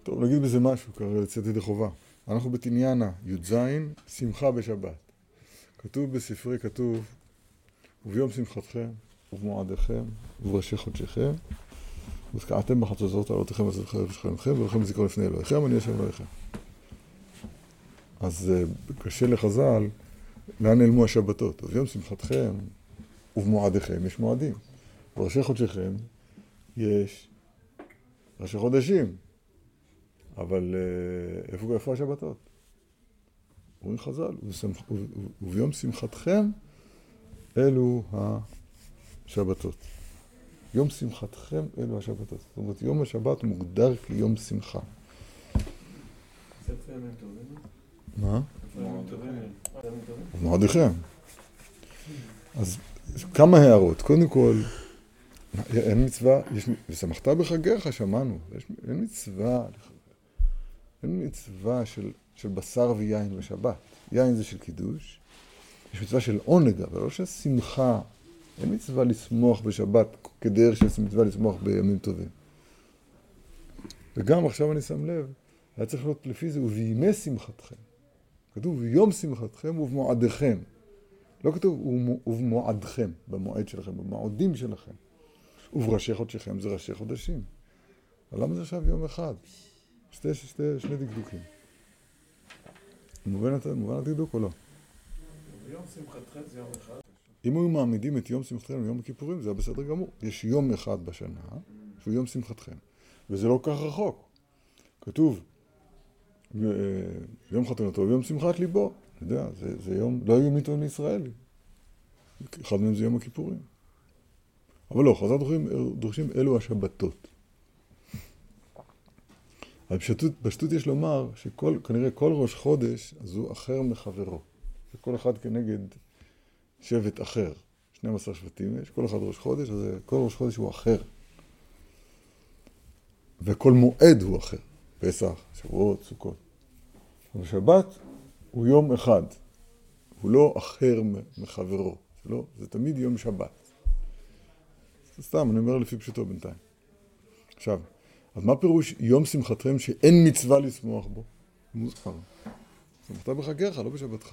טוב, נגיד בזה משהו, כרגע לצאת ידי חובה. אנחנו בתניאנה, י"ז, שמחה בשבת. כתוב בספרי, כתוב, וביום שמחתכם, ובמועדיכם, ובראשי חודשיכם, וזכעתם בחצוצרות עלותיכם וזכרונכם, ולכם זיכרון לפני אלוהיכם, אני השם אלוהיכם. אז קשה לחז"ל, לאן נעלמו השבתות? אז ביום שמחתכם, ובמועדיכם, יש מועדים. בראשי חודשיכם, יש ראשי חודשים. אבל איפה השבתות? אומרים חז"ל, וביום שמחתכם אלו השבתות. יום שמחתכם אלו השבתות. זאת אומרת, יום השבת מוגדר כיום שמחה. איפה ימים טובים? מה? איפה ימים טובים? ומועדיכם. אז כמה הערות. קודם כל, אין מצווה, ושמחת בחגיך, שמענו. אין מצווה של בשר ויין בשבת. יין זה של קידוש. יש מצווה של עונג, אבל לא של שמחה. אין מצווה לשמוח בשבת כדרך שיש מצווה לשמוח בימים טובים. וגם עכשיו אני שם לב, היה צריך להיות לפי זה, ובימי שמחתכם. כתוב, ביום שמחתכם ובמועדיכם. לא כתוב, ובמועדכם, במועד שלכם, במועדים שלכם. ובראשי חודשיכם זה ראשי חודשים. אבל למה זה עכשיו יום אחד? שני דקדוקים. מובן הדקדוק או לא? ביום שמחתכם זה יום אחד. אם היו מעמידים את יום שמחתכם ליום הכיפורים, זה היה בסדר גמור. יש יום אחד בשנה, שהוא יום שמחתכם. וזה לא כך רחוק. כתוב, יום חתונתו ויום שמחת ליבו. אתה יודע, זה יום, לא יום עיתון לישראלי. אחד מהם זה יום הכיפורים. אבל לא, חז"ל דורשים אלו השבתות. בפשטות יש לומר שכנראה כל ראש חודש אז הוא אחר מחברו. וכל אחד כנגד שבט אחר. 12 שבטים יש, כל אחד ראש חודש, אז כל ראש חודש הוא אחר. וכל מועד הוא אחר. פסח, שבועות, סוכות. אבל שבת הוא יום אחד. הוא לא אחר מחברו. זה תמיד יום שבת. סתם, אני אומר לפי פשוטו בינתיים. עכשיו, אז מה פירוש יום שמחתכם שאין מצווה לשמוח בו? מוזכר. שמחת בחגיך, לא בשבתך.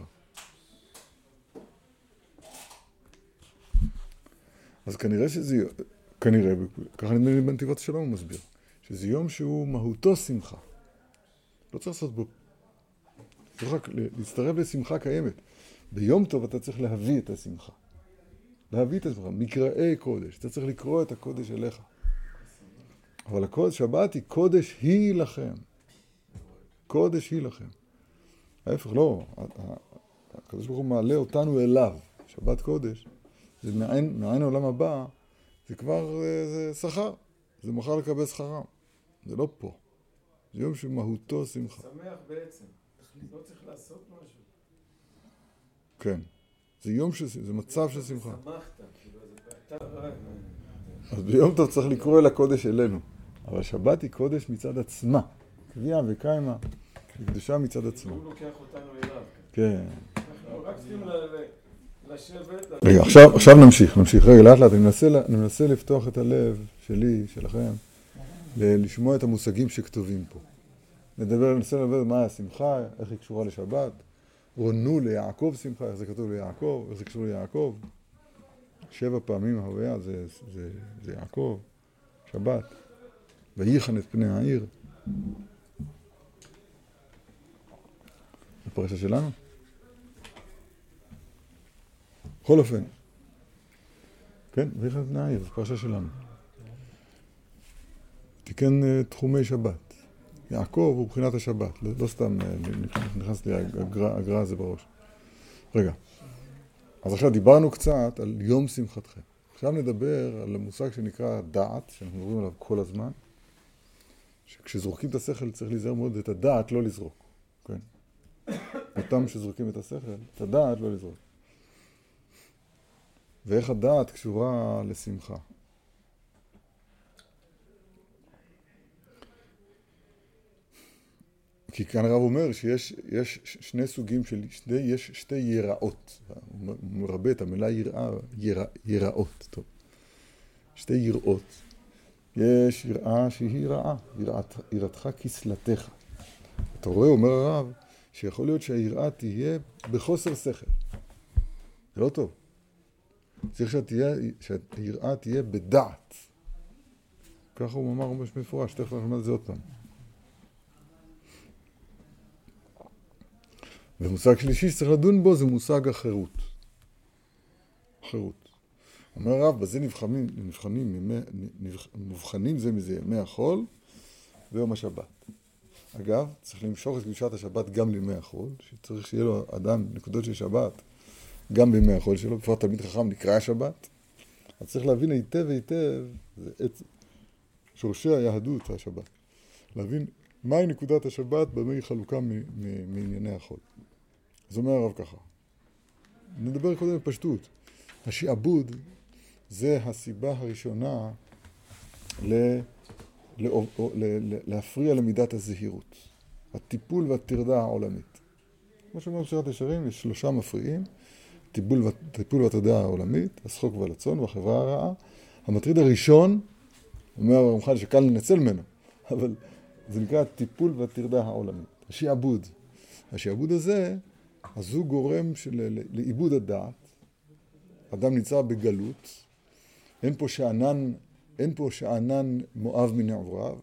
אז כנראה ככה נדמה לי בנתיבות שלום הוא מסביר, שזה יום שהוא מהותו שמחה. לא צריך לעשות בו. צריך רק להצטרף לשמחה קיימת. ביום טוב אתה צריך להביא את השמחה. להביא את השמחה, מקראי קודש. אתה צריך לקרוא את הקודש אליך. אבל הקודש, שבת היא קודש היא לכם. קודש היא לכם. ההפך, לא. הקדוש ברוך הוא מעלה אותנו אליו. שבת קודש. זה מעין העולם הבא, זה כבר זה שכר. זה מוכר לקבל שכרם. זה לא פה. זה יום שמהותו שמחה. שמח בעצם. לא צריך לעשות משהו. כן. זה יום זה מצב של שמחה. אז ביום טוב צריך לקרוא אל הקודש אלינו. אבל שבת היא קודש מצד עצמה. קביעה וקיימה. היא קדושה מצד עצמה. הוא לוקח אותנו אליו. כן. אנחנו רק צריכים לשבת. רגע, עכשיו נמשיך. רגע, לאט לאט. אני מנסה לפתוח את הלב שלי, שלכם, לשמוע את המושגים שכתובים פה. ננסה לדבר מה השמחה, איך היא קשורה לשבת. רונו ליעקב שמחה, איך זה כתוב ליעקב, איך זה קשור ליעקב. 7 פעמים ההוויה זה יעקב, שבת. וייחן את פני העיר. הפרשה שלנו. בכל אופן. כן, וייחן את פני העיר, זו פרשה שלנו. תיקן תחומי שבת. יעקב הוא בחינת השבת, לא סתם נכנס לי הגרע הזה בראש. רגע, אז עכשיו דיברנו קצת על יום שמחתכם. עכשיו נדבר על המושג שנקרא דעת, שאנחנו מדברים עליו כל הזמן, שכשזורקים את השכל צריך להיזהר מאוד את הדעת לא לזרוק. כן? אותם שזורקים את השכל, את הדעת לא לזרוק. ואיך הדעת קשורה לשמחה. כי כאן הרב אומר שיש שני סוגים יש שתי יראות. הוא מרבה את המילה יראות. טוב. שתי יראות. יש יראה שהיא רעה, יראתך כסלתך. אתה רואה, אומר הרב, שיכול להיות שהיראה תהיה בחוסר שכל. זה לא טוב. צריך שהיראה תהיה בדעת. ככה הוא אמר ממש מפורש, תכף נלמד את זה עוד פעם. ומושג שלישי שצריך לדון בו זה מושג החירות. חירות. אומר הרב, בזה נבחנים זה מזה ימי החול ויום השבת. אגב, צריך למשוך את קדושת השבת גם לימי החול, שצריך שיהיה לו אדם נקודות של שבת גם בימי החול שלו, בפרט תלמיד חכם נקרא השבת. אז צריך להבין היטב, זה שורשי היהדות השבת. להבין מהי נקודת השבת במי חלוקה מענייני החול. אז אומר הרב ככה, נדבר קודם בפשטות. השעבוד זה הסיבה הראשונה להפריע למידת הזהירות. הטיפול והטרדה העולמית. כמו שאומר בשירת ישרים, יש 3 מפריעים. טיפול והטרדה העולמית, השחוק והלצון והחברה הרעה. המטריד הראשון, אומר הרמח"ל שקל לנצל ממנו, אבל זה נקרא הטיפול והטרדה העולמית. השעבוד. השעבוד הזה, אז הוא גורם לאיבוד הדעת. אדם נמצא בגלות, אין פה שאנן מואב מנעבריו,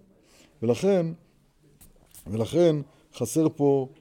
ולכן חסר פה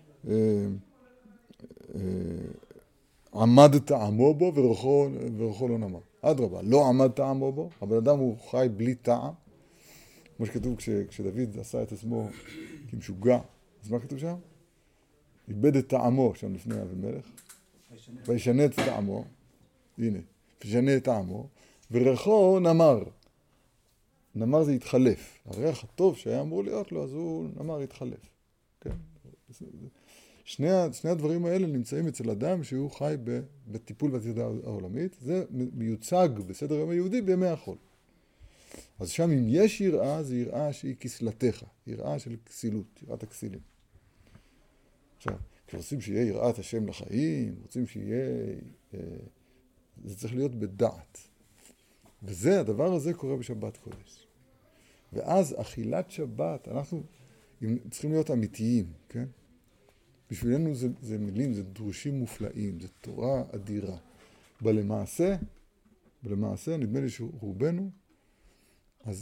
עמד טעמו בו ורוחו לא נמה. אדרבה, לא עמד טעמו בו, אבל אדם הוא חי בלי טעם, כמו שכתוב כשדוד עשה את עצמו כמשוגע. אז מה כתוב שם? איבד את טעמו שם לפני אבימלך, וישנה את טעמו, הנה, וישנה את טעמו, וריחו נמר. נמר זה התחלף. הריח הטוב שהיה אמור להיות לו, אז הוא נמר התחלף. כן? שני הדברים האלה נמצאים אצל אדם שהוא חי בטיפול והטרדה העולמית. זה מיוצג בסדר היום היהודי בימי החול. אז שם אם יש יראה, זה יראה שהיא כסלתך. יראה של כסילות, יראת הכסילים. עכשיו, כשרוצים שיהיה יראת השם לחיים, רוצים שיהיה... זה צריך להיות בדעת. וזה, הדבר הזה קורה בשבת קודש. ואז אכילת שבת, אנחנו צריכים להיות אמיתיים, כן? בשבילנו זה מילים, זה דרושים מופלאים, זה תורה אדירה. בלמעשה, נדמה לי שרובנו, אז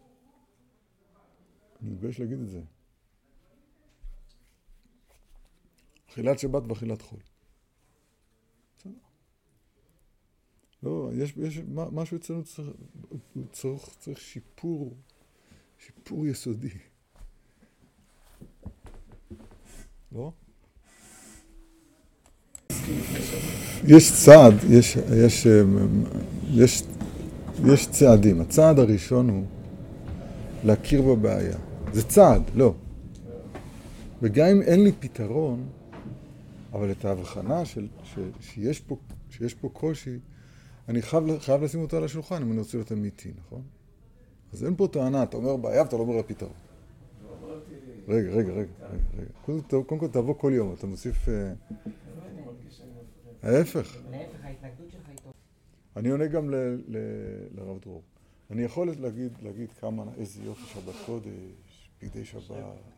אני מתבייש להגיד את זה. אכילת שבת ואכילת חול. לא, יש משהו אצלנו צריך שיפור יסודי. לא? יש צעד, יש צעדים. הצעד הראשון הוא להכיר בבעיה. זה צעד, לא. וגם אם אין לי פתרון, אבל את ההבחנה שיש פה קושי, אני חייב לשים אותו על השולחן אם אני רוצה להיות אמיתי, נכון? אז אין פה טענה, אתה אומר בעיה ואתה לא אומר הפתרון. רגע. קודם כל תבוא כל יום, אתה מוסיף... ההפך. ההתנגדות שלך איתו. אני עונה גם לרב דרור. אני יכול להגיד כמה, איזה יופי שבת קודש, בגדי שבת,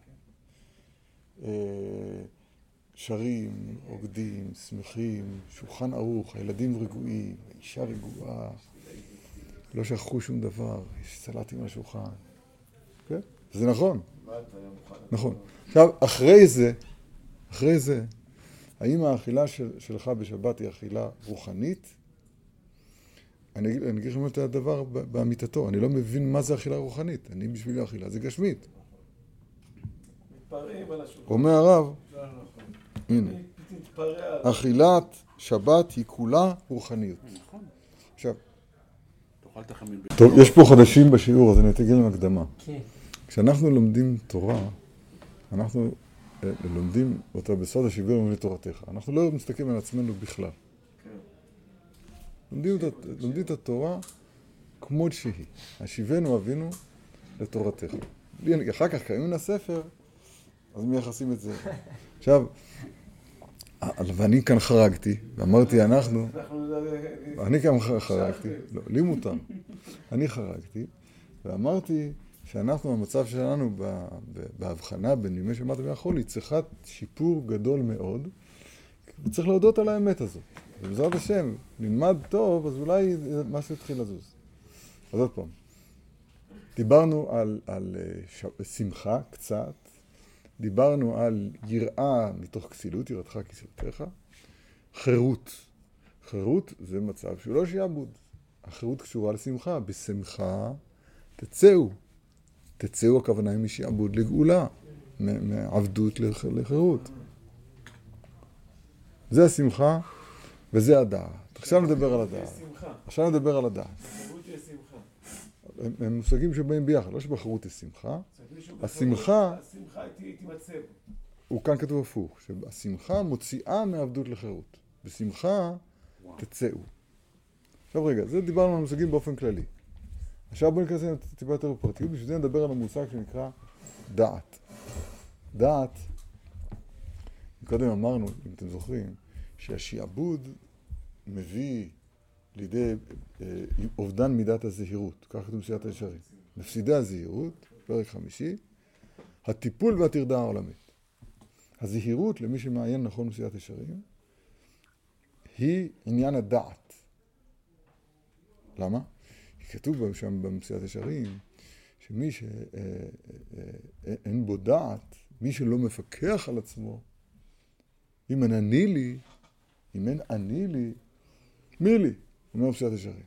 שרים, עוגדים, שמחים, שולחן ערוך, הילדים רגועים, האישה רגועה, לא שכחו שום דבר, יש סלטים על השולחן. כן? זה נכון. נכון. עכשיו, אחרי זה, האם האכילה שלך בשבת היא אכילה רוחנית? אני אגיד לכם את הדבר באמיתתו. אני לא מבין מה זה אכילה רוחנית. אני בשביל האכילה, זה גשמית. מתפרעים על השולחן. אומר הרב, הנה, אכילת שבת היא כולה רוחניות. נכון. עכשיו, תאכל תחמין. טוב, יש פה חדשים בשיעור, אז אני אתגיד להם הקדמה. כן. כשאנחנו לומדים תורה, אנחנו לומדים אותה בסוד השוויון ומילא תורתך. אנחנו לא מסתכלים על עצמנו בכלל. לומדים את התורה כמות שהיא. השיבנו אבינו לתורתך. אחר כך קיימים לספר, אז מייחסים את זה. עכשיו, ואני כאן חרגתי, ואמרתי אני כאן חרגתי, לא, לי מותר. אני חרגתי, ואמרתי שאנחנו, המצב שלנו בהבחנה בין ימי שבת והחול, היא צריכה שיפור גדול מאוד, וצריך להודות על האמת הזאת. ובעזרת השם, נלמד טוב, אז אולי משהו יתחיל לזוז. אז עוד פעם, דיברנו על שמחה קצת, דיברנו על יראה מתוך כסילות, יראתך כסילותיך, חירות. חירות זה מצב שהוא לא שיעבוד. החירות קשורה לשמחה. בשמחה תצאו. תצאו הכוונה היא משיעבוד לגאולה, מעבדות לחירות. זה השמחה וזה הדעת. עכשיו נדבר על הדעת. עכשיו נדבר על הדעת. חירות יש שמחה. הם מושגים שבאים ביחד, לא שבחירות יש שמחה. השמחה, תימצא בו. הוא כאן כתוב הפוך, שהשמחה מוציאה מעבדות לחירות. בשמחה תצאו. עכשיו רגע, זה דיברנו על מושגים באופן כללי. עכשיו בואו ניכנס טיפה יותר בפרטיות, בשביל זה נדבר על המושג שנקרא דעת. דעת, קודם אמרנו, אם אתם זוכרים, שהשיעבוד מביא לידי אובדן מידת הזהירות, כך כתוב במסילת ישרים. מפסידי הזהירות, פרק 5, הטיפול והטרדה העולמית. הזהירות, למי שמעיין נכון במסילת ישרים, היא עניין הדעת. למה? כי כתוב שם במסילת ישרים, שמי שאין בו דעת, מי שלא מפקח על עצמו, אם אין אני לי, אם אין אני לי, מי לי? אומר במסילת ישרים.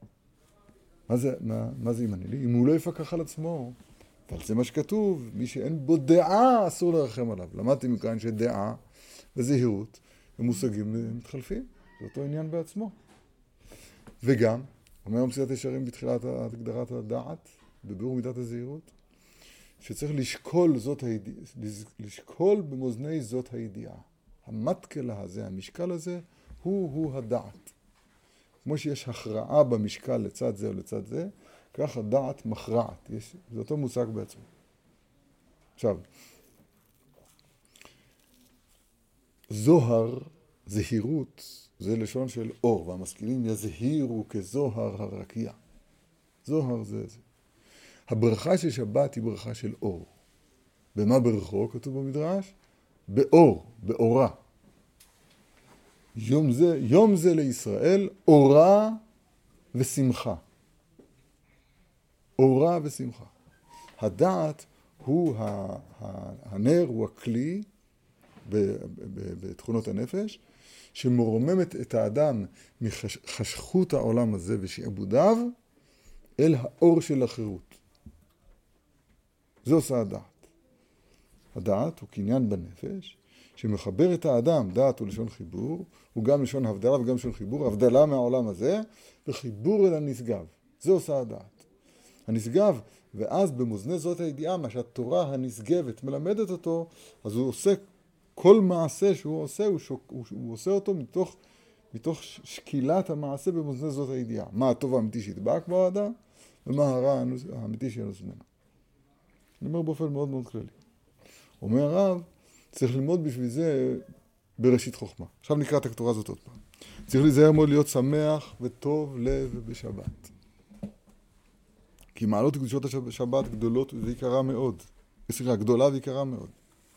מה זה אם אני לי? אם הוא לא יפקח על עצמו, אבל זה מה שכתוב, מי שאין בו דעה אסור לרחם עליו. למדתי מכאן שדעה וזהירות ומושגים מתחלפים, זה אותו עניין בעצמו. וגם, אומר במסילת ישרים בתחילת הגדרת הדעת, בביאור מידת הזהירות, שצריך לשקול במאזני זאת הידיעה. המתקלה הזה, המשקל הזה, הוא הדעת. כמו שיש הכרעה במשקל לצד זה או לצד זה, כך הדעת מכרעת. זה אותו מושג בעצמו. עכשיו, זוהר, זהירות, זה לשון של אור, והמשכילים יזהירו כזוהר הרקיע. זוהר זה. הברכה של שבת היא ברכה של אור. במה ברכו? כתוב במדרש? באור, באורה. יום זה לישראל, אורה ושמחה. אורה ושמחה. הדעת הוא הנר, הוא הכלי בתכונות הנפש, שמרוממת את האדם מחשכות העולם הזה ושעבודיו אל האור של החירות. זה עושה הדעת. הדעת הוא קניין בנפש, שמחבר את האדם, דעת הוא לשון חיבור, הוא גם לשון הבדלה וגם לשון חיבור, הבדלה מהעולם הזה, וחיבור אל הנשגב. זה עושה הדעת. הנשגב, ואז במאזני זאת הידיעה, מה שהתורה הנשגבת מלמדת אותו, אז הוא עושה כל מעשה שהוא עושה, הוא עושה אותו מתוך שקילת המעשה במאזני זאת הידיעה. מה הטוב האמיתי שידבק בו האדם, ומה הרע האמיתי שינוס ממנו. אני אומר באופן מאוד מאוד כללי. אומר הרב, צריך ללמוד בשביל זה בראשית חוכמה. עכשיו נקרא את הכתורה הזאת עוד פעם. צריך להיזהר מאוד להיות שמח וטוב לב בשבת. כי מעלות וקדושות השבת גדולות ויקרה מאוד. סליחה, גדולה ויקרה מאוד.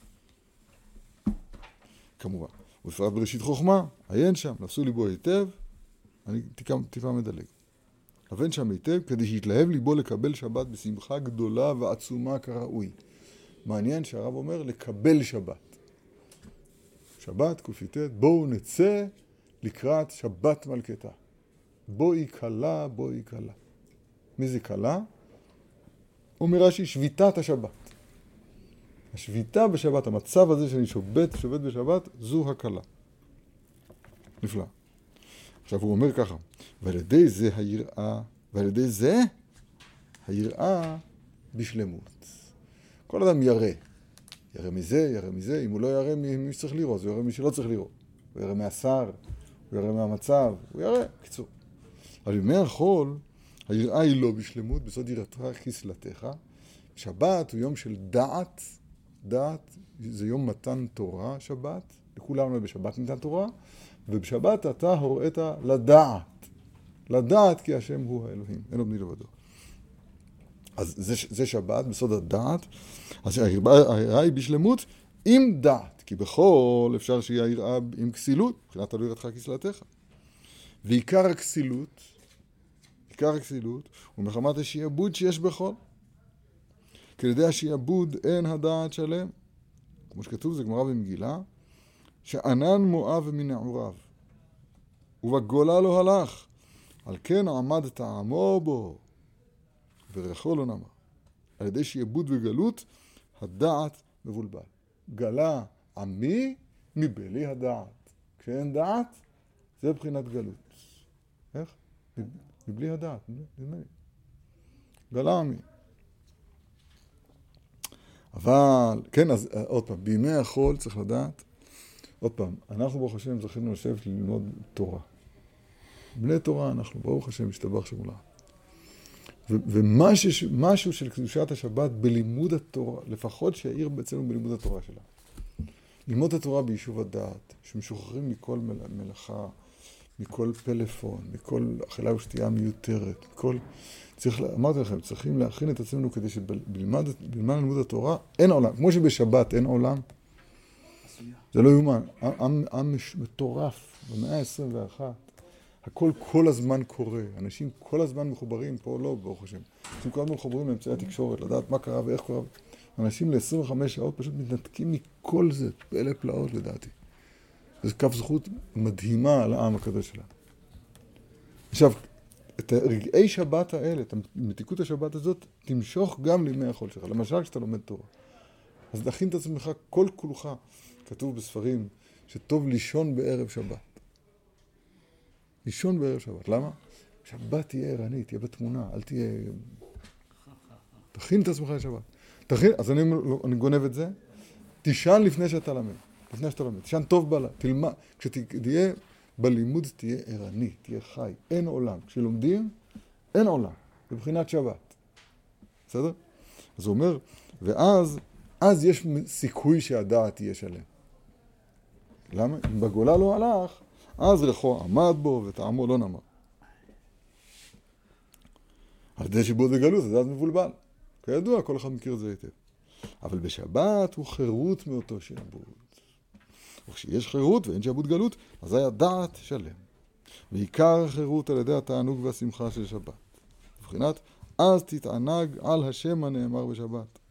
כמובן. ובפרט בראשית חוכמה, עיין שם, נפסו ליבו היטב, אני טיפה מדלג. הבן שם היטב, כדי שיתלהב ליבו לקבל שבת בשמחה גדולה ועצומה כראוי. מעניין שהרב אומר לקבל שבת. שבת, ק"ט, בואו נצא לקראת שבת מלכתה. בואי קלה, בואי קלה. מי זה קלה? אומר רש"י, שביתת השבת. השביתה בשבת, המצב הזה שאני שובת בשבת, זו הקלה. נפלא. עכשיו הוא אומר ככה, ועל ידי זה היראה בשלמות. כל אדם ירא. ירא מזה, אם הוא לא ירא מי שצריך לראות, הוא ירא מי שלא צריך לראות. הוא ירא מהשר, הוא ירא מהמצב, הוא ירא, קיצור. אבל בימי החול, היראה היא לא בשלמות, בסוד יראתך כסלתך. שבת הוא יום של דעת, דעת זה יום מתן תורה, שבת, לכולנו בשבת ניתן תורה, ובשבת אתה הוראת לדעת. לדעת כי השם הוא האלוהים, אין עוד מי לבדו. אז זה שבת, בסוד הדעת. אז היראה היא בשלמות עם דעת, כי בכל אפשר שיהיה היראה עם כסילות, מבחינת תלוי יראתך כסלתך. ועיקר הכסילות, הוא מחמת השיעבוד שיש בכל. כי לידי השיעבוד אין הדעת שלם. כמו שכתוב, זה גמרא במגילה, שענן מואב מנעוריו, ובגולה לא הלך, על כן עמד טעמו בו, וריחו לא נאמר. על ידי שיעבוד וגלות, הדעת מבולבל. גלה עמי מבלי הדעת. כשאין דעת, זה בחינת גלות. איך? מבלי הדעת, נדמה לי. גלה עמי. אבל, כן, אז עוד פעם, בימי החול צריך לדעת, עוד פעם, אנחנו ברוך השם זכינו לשבת ללמוד תורה. בני תורה אנחנו, ברוך השם, משתבח שמולה. ומשהו של קדושת השבת בלימוד התורה, לפחות שיעיר אצלנו בלימוד התורה שלה. ללמוד את התורה ביישוב הדעת, שמשוחררים מכל מלאכה, מכל פלאפון, מכל אכילה ושתייה מיותרת, אמרתי לכם, צריכים להכין את עצמנו כדי שבלמד לימוד התורה אין עולם. כמו שבשבת אין עולם, זה לא יאומן. עם מטורף, במאה ה-21, הכל כל הזמן קורה. אנשים כל הזמן מחוברים, פה לא, ברוך השם. אנשים כל הזמן מחוברים לאמצעי התקשורת, לדעת מה קרה ואיך קרה. אנשים ל-25 שעות פשוט מתנתקים מכל זה, באלה פלאות לדעתי. זו כף זכות מדהימה על העם הקדוש שלה. עכשיו, את רגעי שבת האלה, את מתיקות השבת הזאת, תמשוך גם לימי החול שלך. למשל, כשאתה לומד תורה. אז תכין את עצמך כל כולך. כתוב בספרים שטוב לישון בערב שבת. לישון בערב שבת. למה? שבת תהיה ערנית, תהיה בתמונה, אל תהיה... תכין את עצמך לשבת. תכין, אז אני גונב את זה. תישן לפני שאתה למד. לפני שאתה לומד. תישן טוב בלילה. תלמד. כשתהיה בלימוד תהיה ערני, תהיה חי. אין עולם. כשלומדים, אין עולם. בבחינת שבת. בסדר? אז הוא אומר, ואז יש סיכוי שהדעת תהיה שלם. למה? אם בגולה לא הלך, אז ריחו עמד בו וטעמו לא נאמר. על ידי שיעבוד וגלות, הדעת מבולבל. כידוע, כל אחד מכיר את זה היטב. אבל בשבת הוא חירות מאותו שיעבוד. וכשיש חירות ואין שיעבוד גלות, אז היה דעת שלם. ועיקר החירות על ידי התענוג והשמחה של שבת. מבחינת, אז תתענג על השם הנאמר בשבת.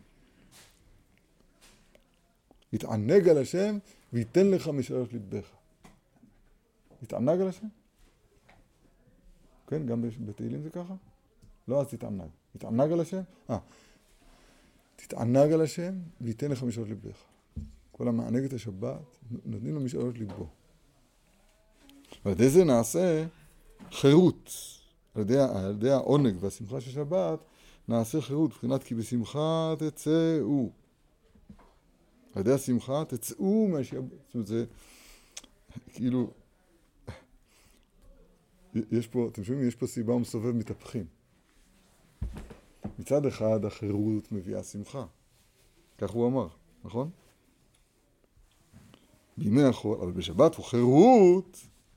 יתענג על השם וייתן לך משלוש לבך. יתענג על השם? כן, גם בתהילים זה ככה? לא, אז תתענג. יתענג על השם? תתענג על השם וייתן לך משלוש לבך. כל המענג את השבת, נותנים לו משאלות ליבו. ועל ידי זה נעשה חירות. על ידי העונג והשמחה של שבת, נעשה חירות, מבחינת כי בשמחה תצאו. על ידי השמחה תצאו מהשבת. זאת אומרת, זה כאילו, יש פה, אתם שומעים, יש פה סיבה ומסובב מתהפכים. מצד אחד, החירות מביאה שמחה. כך הוא אמר, נכון? בימי החול, אבל בשבת הוא חירות.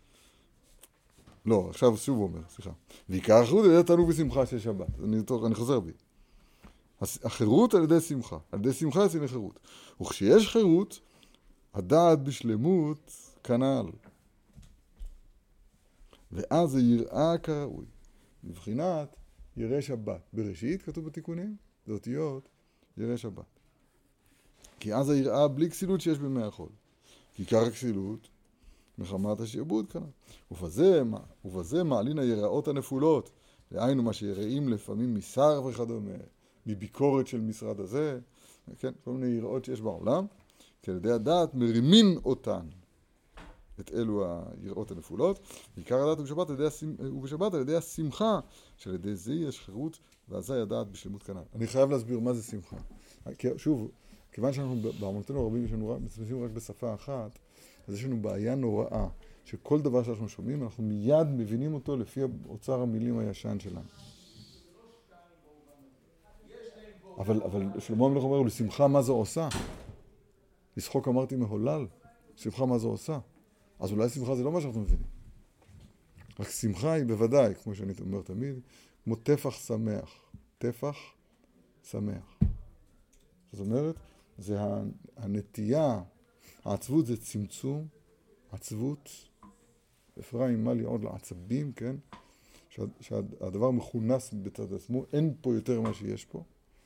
לא, עכשיו שוב הוא אומר, סליחה. ועיקר החירות על ידי תענוג ושמחה של שבת. אני חוזר בי. החירות על ידי שמחה. על ידי שמחה יוצאים לחירות. וכשיש חירות, הדעת בשלמות כנ"ל. ואז זה יראה כראוי. מבחינת ירא שבת. בראשית כתוב בתיקונים, זה אותיות ירא שבת. כי אז היראה בלי כסילות שיש בימי החול. כי עיקר הכסילות מחמת השיעבוד כאן. ובזה מעלין היראות הנפולות, דהיינו מה שיראים לפעמים משר וכדומה, מביקורת של משרד הזה, כן, כל מיני יראות שיש בעולם, כי על ידי הדעת מרימין אותן, את אלו היראות הנפולות, עיקר הדעת ובשבת על ידי השמחה, שעל ידי זה יש חירות, ואזי הדעת בשלמות כנ"ל. אני חייב להסביר מה זה שמחה. שוב, כיוון שאנחנו באמונתנו הרבים יש לנו מצמצמים רק בשפה אחת, אז יש לנו בעיה נוראה, שכל דבר שאנחנו שומעים, אנחנו מיד מבינים אותו לפי אוצר המילים הישן שלנו. אבל שלמה המלך אומר, לשמחה מה זו עושה? לשחוק אמרתי מהולל, שמחה מה זו עושה? אז אולי שמחה זה לא מה שאנחנו מבינים. רק שמחה היא בוודאי, כמו שאני אומר תמיד, כמו טפח שמח. טפח שמח. זאת אומרת, זה הנטייה, העצבות זה צמצום, עצבות, אפרים מה לי עוד לעצבים, כן? שהדבר מכונס בצד עצמו, אין פה יותר מה שיש פה.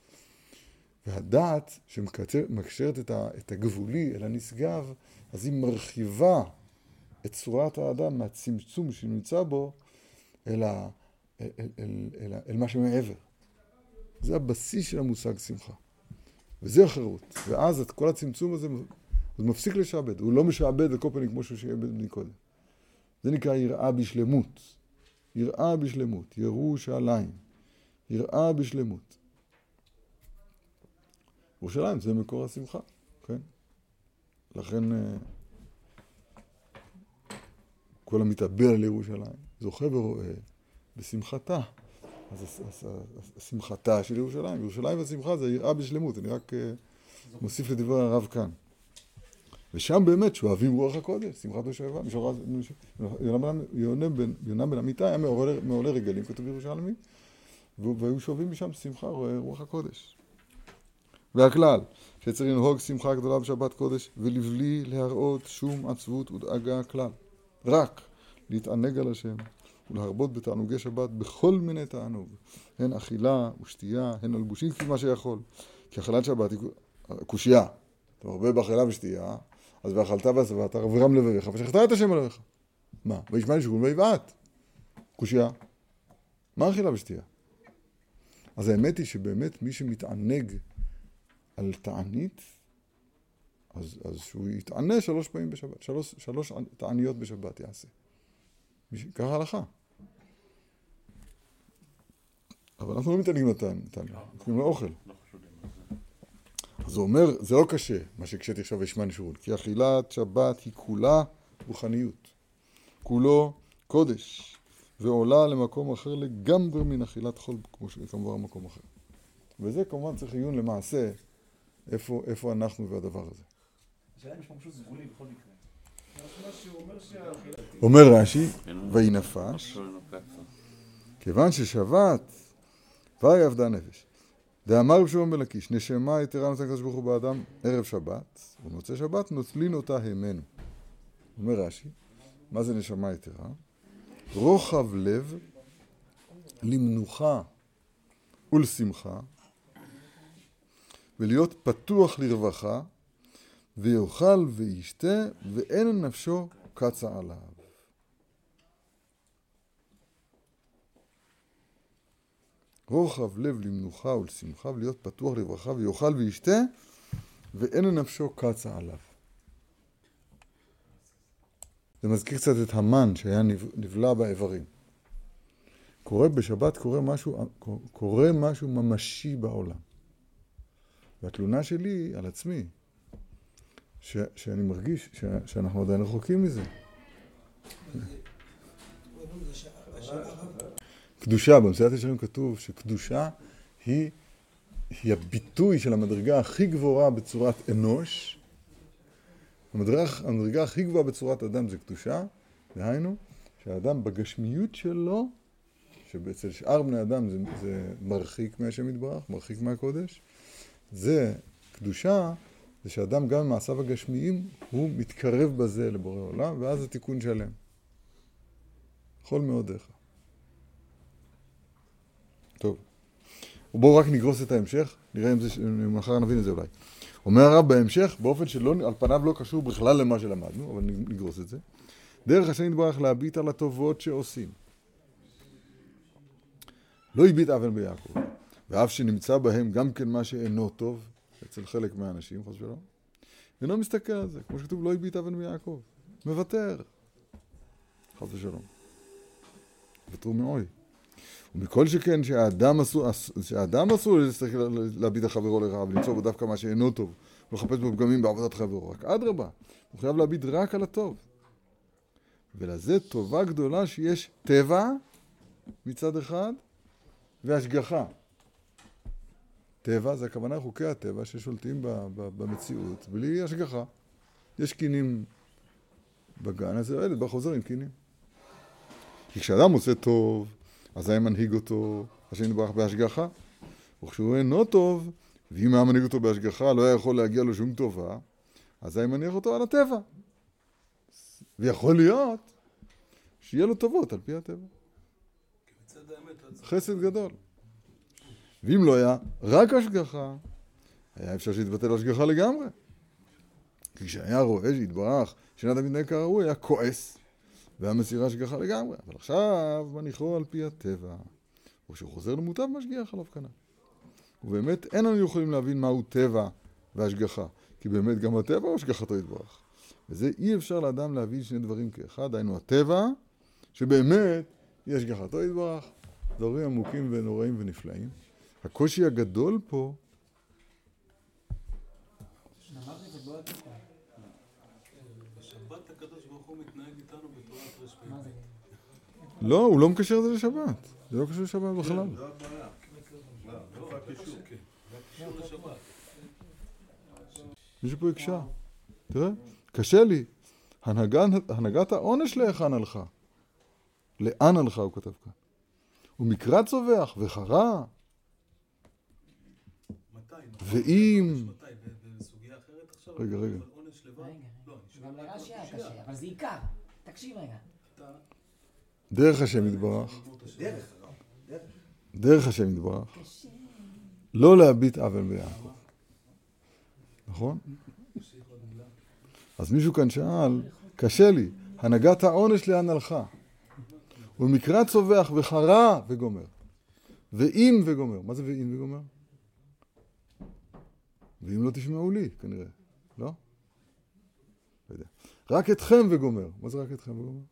והדעת שמקשרת את הגבולי אל הנשגב, אז היא מרחיבה את צורת האדם מהצמצום שנמצא בו אל מה שמעבר. זה הבסיס של המושג שמחה. וזה החירות. ואז את כל הצמצום הזה, הוא מפסיק לשעבד. הוא לא משעבד לקופני כמו שהוא שעבד מקודם. זה נקרא יראה בשלמות. יראה בשלמות. ירושלים. יראה בשלמות. ירושלים זה מקור השמחה, כן? לכן כל המתאבל על ירושלים זוכה ורואה בשמחתה. אז השמחתה של ירושלים. ירושלים והשמחה זה יראה בשלמות. אני רק מוסיף לדבר הרב כאן. ושם באמת שואבים רוח הקודש, שמחת ושואבה. יונה בן אמיתי היה מעולי רגלים, כתוב ירושלמי, והיו שואבים משם שמחה, רוח הקודש. והכלל, שצריך לנהוג שמחה גדולה בשבת קודש, ולבלי להראות שום עצבות ודאגה כלל. רק להתענג על השם, ולהרבות בתענוגי שבת בכל מיני תענוג. הן אכילה ושתייה, הן מלבושים כפי מה שיכול. כי אכילת שבת היא קושייה. אתה מרבה באכילה ושתייה, אז ואכלת והשבעת, ורם לבביך, ושכחת את השם אלוהיך. מה? וישמע לשכון ויבעט. קושייה. מה אכילה ושתייה? אז האמת היא שבאמת מי שמתענג על תענית, אז שהוא יתענה 3 פעמים בשבת, 3 תעניות בשבת יעשה. ככה הלכה. אבל אנחנו לא מתענגים לתענית, אנחנו לאוכל. אז הוא אומר, זה לא קשה, מה שקשתי עכשיו וישמע לשכון, כי אכילת שבת היא כולה רוחניות. כולו קודש, ועולה למקום אחר לגמרי מן אכילת חול, כמו שכמובן מקום אחר. וזה כמובן צריך עיון למעשה, איפה אנחנו והדבר הזה. השאלה אם יש פה משהו סגולי בכל מקרה. אומר רש"י, ויהי נפש, כיוון ששבת, והי עבדה נפש. דאמר רב שמעון בן לקיש, נשמה יתרה נותן הקדוש ברוך הוא באדם ערב שבת, ומוצאי שבת נוטלין אותה הימנו. אומר רש"י, מה זה נשמה יתרה? רוחב לב למנוחה ולשמחה, ולהיות פתוח לרווחה, ויאכל וישתה, ואין נפשו קצה עליו. רוחב לב למנוחה ולשמחה, ולהיות פתוח לרווחה, ויאכל וישתה, ואין נפשו קצה עליו. זה מזכיר קצת את המן שהיה נבלע באיברים. בשבת קורה משהו ממשי בעולם. והתלונה שלי על עצמי, שאני מרגיש שאנחנו עדיין רחוקים מזה. קדושה, במסילת ישרים כתוב שקדושה היא הביטוי של המדרגה הכי גבוהה בצורת אנוש. המדרגה הכי גבוהה בצורת אדם זה קדושה, דהיינו שהאדם בגשמיות שלו, שבאצל שאר בני אדם זה מרחיק מהשם יתברך, מרחיק מהקודש, זה קדושה, זה שאדם גם במעשיו הגשמיים הוא מתקרב בזה לבורא עולם, ואז זה תיקון שלם. יכול מאוד דרך. טוב. ובואו רק נגרוס את ההמשך, נראה אם זה, מחר נבין את זה אולי. אומר הרב בהמשך, באופן שעל פניו לא קשור בכלל למה שלמדנו, אבל נגרוס את זה. דרך השם יתברך להביט על הטובות שעושים. לא הביט אבן ביעקב, ואף שנמצא בהם גם כן מה שאינו טוב, אצל חלק מהאנשים, חס ושלום, אינו מסתכל על זה, כמו שכתוב, לא הביט אבן ביעקב, מוותר, חס ושלום. ותרו מאוי. ומכל שכן שהאדם אסור להביט על חברו לרעה, ולמצוא בו דווקא מה שאינו טוב, ולחפש בו פגמים בעבודת חברו, רק אדרבה, הוא חייב להביט רק על הטוב. ולזה טובה גדולה שיש טבע מצד אחד, והשגחה. טבע זה הכוונה חוקי הטבע ששולטים במציאות בלי השגחה. יש קינים בגן, אז הילד בא חוזר עם קינים. כי כשאדם עושה טוב, אז היה מנהיג אותו, השם יתברך בהשגחה. וכשהוא אינו טוב, ואם היה מנהיג אותו בהשגחה, לא היה יכול להגיע לו שום טובה, אז היה מניח אותו על הטבע. ויכול להיות שיהיה לו טובות על פי הטבע. חסד גדול. ואם לא היה רק השגחה, היה אפשר שיתבטל השגחה לגמרי. כי כשהיה רואה שהתברך, שנדע מתנהג כראוי, היה כועס, והיה מסיר השגחה לגמרי. אבל עכשיו מניחו על פי הטבע. או שהוא חוזר למוטב משגיח עליו כנ"ל. ובאמת אין לנו יכולים להבין מהו טבע והשגחה. כי באמת גם הטבע הוא השגחתו יתברך. וזה אי אפשר לאדם להבין שני דברים כאחד. היינו הטבע, שבאמת היא השגחתו יתברך. דברים עמוקים ונוראים ונפלאים. הקושי הגדול פה, בשבת הקדוש ברוך הוא מתנהג איתנו בתורת רשפ"י. לא, הוא לא מקשר את זה לשבת. זה לא קשור לשבת בכלל. זה הבעיה. לא, הקישור, כן. זה הקישור לשבת. מישהו פה יקשה. תראה, קשה לי. הנהגת העונש להיכן הלכה. לאן הלכה, הוא כתב כאן. ומקרא צווח וחרה. מתי? ואם... מתי? בסוגיה אחרת עכשיו? רגע. עונש לבד? לא, גם לרש"י היה קשה, אבל זה עיקר. תקשיב רגע. דרך השם יתברך. דרך השם יתברך. לא להביט עוול ביעקב. נכון? אז מישהו כאן שאל, קשה לי, הנהגת העונש לאן הלכה? ומקרא צווח וחרה וגומר. ואם וגומר. מה זה ואם וגומר? ואם לא תשמעו לי, כנראה. לא? לא יודע. רק אתכם וגומר. מה זה רק אתכם וגומר?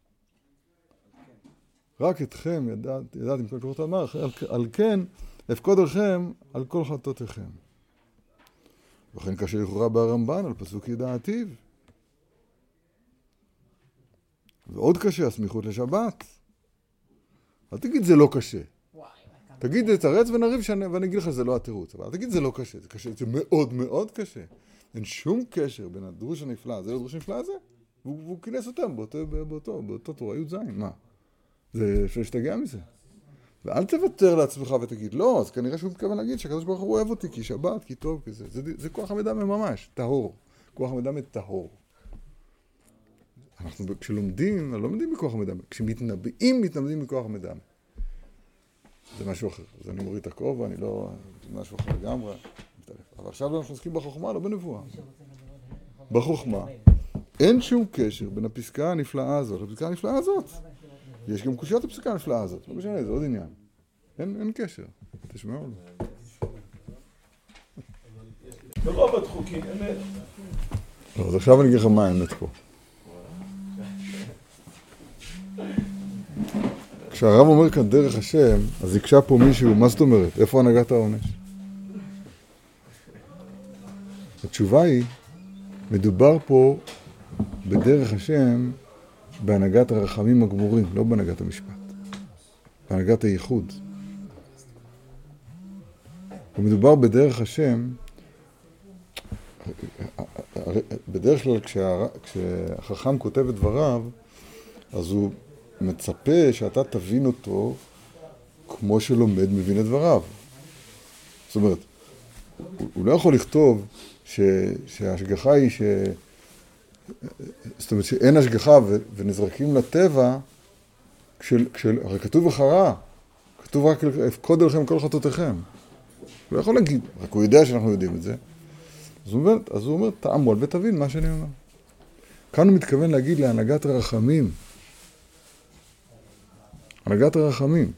רק אתכם ידעתם כל כוחות המערך, על כן אפקוד לכם על כל חטאותיכם. וכן קשה לכאורה ברמב"ן על פסוק ידעתיו. ועוד קשה הסמיכות לשבת. אל תגיד זה לא קשה. תגיד תרץ ונריב ואני אגיד לך שזה לא התירוץ. אבל תגיד זה לא קשה, זה קשה, זה מאוד מאוד קשה. אין שום קשר בין הדרוש הנפלא הזה לדרוש הנפלא הזה. והוא כינס אותם באותו תורה י"ז. מה? זה אפשר להשתגע מזה. ואל תוותר לעצמך ותגיד, לא, אז כנראה שהוא מתכוון להגיד שהקדוש ברוך הוא אוהב אותי, כי שבת, כי טוב, כי זה. זה כוח המדמה ממש, טהור. כוח המדמה טהור. אנחנו כשלומדים, לא לומדים מכוח המדמה. כשמתנבאים, מתנבאים מכוח המדמה. זה משהו אחר. אז אני מוריד את הכובע, אני לא... זה משהו אחר לגמרי. אבל עכשיו אנחנו עוסקים בחוכמה, לא בנבואה. בחוכמה. אין שום קשר בין הפסקה הנפלאה הזאת לפסקה הנפלאה הזאת. יש גם קושיות הפסקה הנפלאה הזאת. לא משנה, זה עוד עניין. אין קשר. תשמעו לו. ברוב הדחוקים, אמת. לא, אז עכשיו אני אגיד לך מה האמת פה. כשהרב אומר כאן דרך השם, אז יקשה פה מישהו, מה זאת אומרת? איפה הנהגת העונש? התשובה היא, מדובר פה בדרך השם בהנהגת הרחמים הגמורים, לא בהנהגת המשפט. בהנהגת הייחוד. ומדובר בדרך השם, בדרך כלל כשהחכם כותב את דבריו, אז הוא מצפה שאתה תבין אותו כמו שלומד מבין את דבריו. זאת אומרת, הוא לא יכול לכתוב שההשגחה היא זאת אומרת שאין השגחה ונזרקים לטבע, הרי כתוב אחרה, כתוב רק אפקוד לכם כל חטאותיכם. הוא לא יכול להגיד, רק הוא יודע שאנחנו יודעים את זה. אז הוא אומר, תעמול ותבין מה שאני אומר. כאן הוא מתכוון להגיד להנהגת הרחמים. הנהגת הרחמים.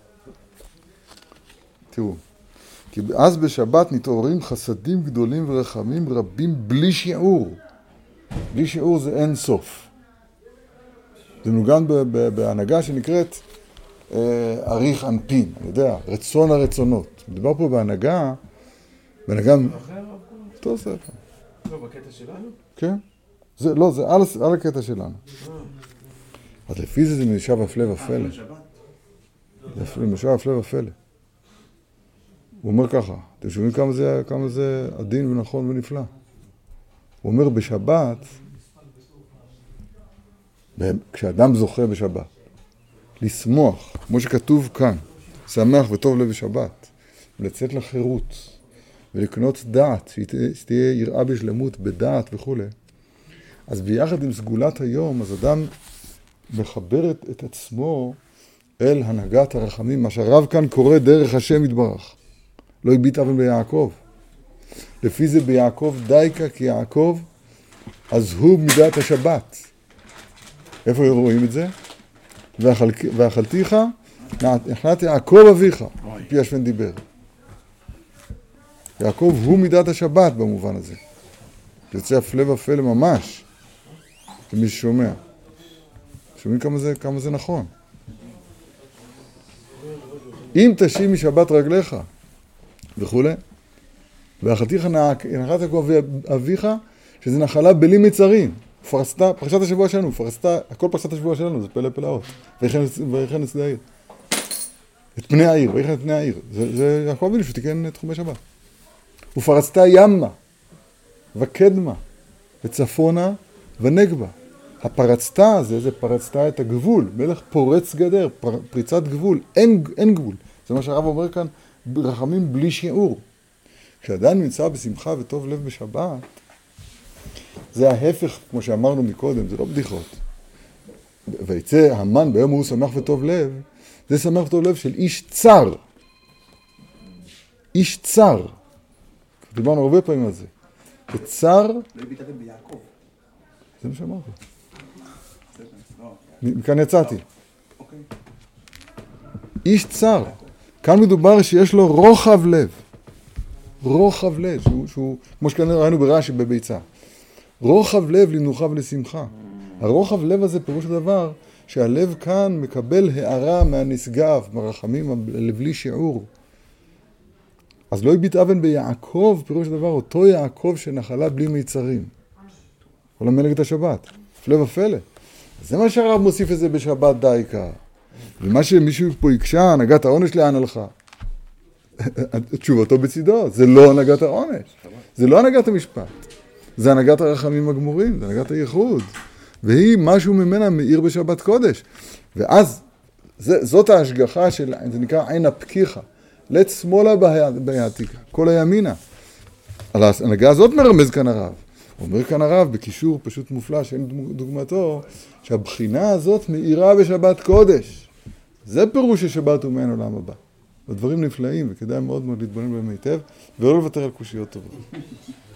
תראו, כי אז בשבת נתעוררים חסדים גדולים ורחמים רבים בלי שיעור. בלי שיעור זה אין סוף. זה מנוגן בהנהגה שנקראת אריך אנפין, אני יודע, רצון הרצונות. מדובר פה בהנהגה, טוב ספר. לא, בקטע שלנו? כן. זה על הקטע שלנו. אז לפי זה משב הפלא ופלא. זה משב הפלא ופלא. הוא אומר ככה, אתם שומעים כמה זה עדין ונכון ונפלא. הוא אומר בשבת, כשאדם זוכה בשבת, לשמוח, כמו שכתוב כאן, שמח וטוב לב בשבת, ולצאת לחירות, ולקנות דעת, שתהיה יראה בשלמות, בדעת וכו'. אז ביחד עם סגולת היום, אז אדם מחבר את עצמו אל הנהגת הרחמים, מה שהרב כאן קורא דרך השם יתברך. לא הביט אבל ביעקב. לפי זה ביעקב דייקה, כי יעקב, אז הוא מידת השבת. איפה רואים את זה? ואכלתיך, נחלת יעקב אביך, פי השמן דיבר. יעקב הוא מידת השבת במובן הזה. יוצא הפלא ופלא ממש, למי ששומע. שומעים כמה זה נכון. אם תשים משבת רגליך, וכו'. ואכלתיך נחלת יעקב אביך, שזה נחלה בלי מצרים. פרשת השבוע שלנו, הכל פרשת השבוע שלנו, זה פלא פלאות. ויכן את שדה העיר. את פני העיר, ויכן את פני העיר. זה יעקב אבינו שתיקן תחומי שבת. ופרצת ימה, וקדמה, וצפונה, ונגבה. הפרצת הזה, זה פרצת את הגבול. מלך פורץ גדר, פריצת גבול. אין גבול. זה מה שהרב אומר כאן, רחמים בלי שיעור. כשאדם נמצא בשמחה וטוב לב בשבת, זה ההפך, כמו שאמרנו מקודם, זה לא בדיחות. ויצא המן ביום הוא שמח וטוב לב, זה שמח וטוב לב של איש צר. איש צר. דיברנו הרבה פעמים על זה. וצר... לא הביטתם ביעקב. זה מה שאמרתי. מכאן יצאתי. איש צר. כאן מדובר שיש לו רוחב לב. רוחב לב, שהוא כמו שכנראה ראינו ברש"י בביצה. רוחב לב לנוחה ולשמחה. הרוחב לב הזה פירוש הדבר שהלב כאן מקבל הערה מהנשגב, מרחמים לבלי שיעור. אז לא הביט אבן ביעקב, פירוש הדבר, אותו יעקב שנחלה בלי מיצרים. כל המלאכת השבת, הפלא ופלא. זה מה שהרב מוסיף את זה בשבת דייקה. ומה שמישהו פה יקשה, הנהגת העונש לאן הלכה. תשובתו בצידו, זה לא הנהגת העונש. זה לא הנהגת המשפט. זה הנהגת הרחמים הגמורים, זה הנהגת הייחוד. והיא משהו ממנה מאיר בשבת קודש. ואז זאת ההשגחה של, זה נקרא עין הפקיחה. לת שמאלה בהעתיקה, כל הימינה. על ההנהגה הזאת מרמז כאן הרב. אומר כאן הרב בקישור פשוט מופלא שאין דוגמתו, שהבחינה הזאת מאירה בשבת קודש. זה פירוש ששבת הוא מעין עולם הבא. הדברים נפלאים וכדאי מאוד מאוד להתבונן בהם היטב, ולא לוותר על קושיות טובות.